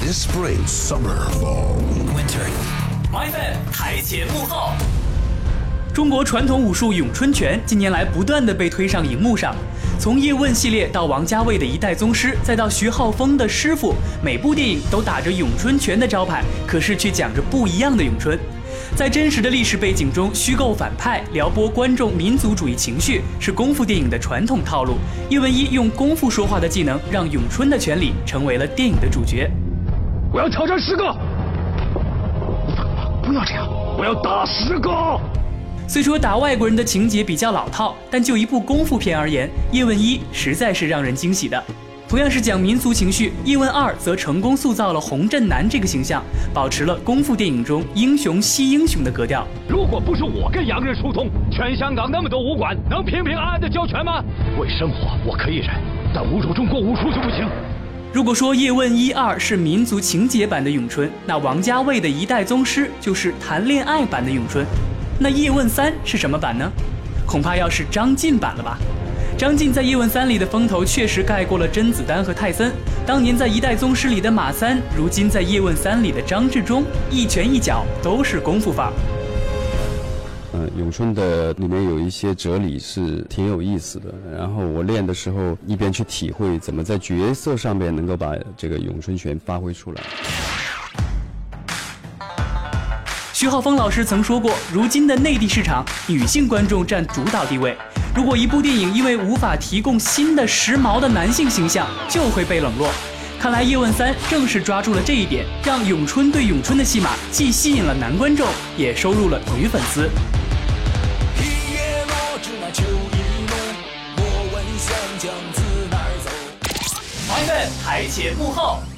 Spring, summer, fall, winter. MyFan 台前幕后。 中国传统武术咏春拳近年来不断地被推上荧幕上，从叶问系列到王家卫的一代宗师，再到徐浩峰的师傅，每部电影都打着咏春拳的招牌，可是却讲着不一样的咏春。在真实的历史背景中虚构反派，撩拨观众民族主义情绪，是功夫电影的传统套路。叶问一用功夫说话的技能，让咏春的拳理成为了电影的主角。 我要挑战10个，不要这样，我要打10个。 虽说打外国人的情节比较老套，但就一部功夫片而言，叶问一实在是让人惊喜的。同样是讲民族情绪，叶问二则成功塑造了洪振南这个形象，保持了功夫电影中英雄惜英雄的格调。 如果不是我跟洋人疏通，全香港那么多武馆能平平安安的教拳吗？为生活我可以忍，但侮辱中国武术就不行。 如果说叶问一二是民族情节版的咏春，那王家卫的一代宗师就是谈恋爱版的咏春。那叶问三是什么版呢？恐怕要是张晋版了吧。张晋在叶问三里的风头确实盖过了甄子丹和泰森，当年在一代宗师里的马三，如今在叶问三里的张志忠，一拳一脚都是功夫法。 咏春的里面有一些哲理是挺有意思的，然后我练的时候一边去体会怎么在角色上面能够把这个咏春拳发挥出来。 徐浩峰老师曾说过，如今的内地市场，女性观众占主导地位。如果一部电影因为无法提供新的时髦的男性形象，就会被冷落。看来叶问三正是抓住了这一点，让咏春对咏春的戏码既吸引了男观众，也收入了女粉丝。 一叶落，知那秋意浓，莫问湘江自哪儿走。MyFan 台前幕后。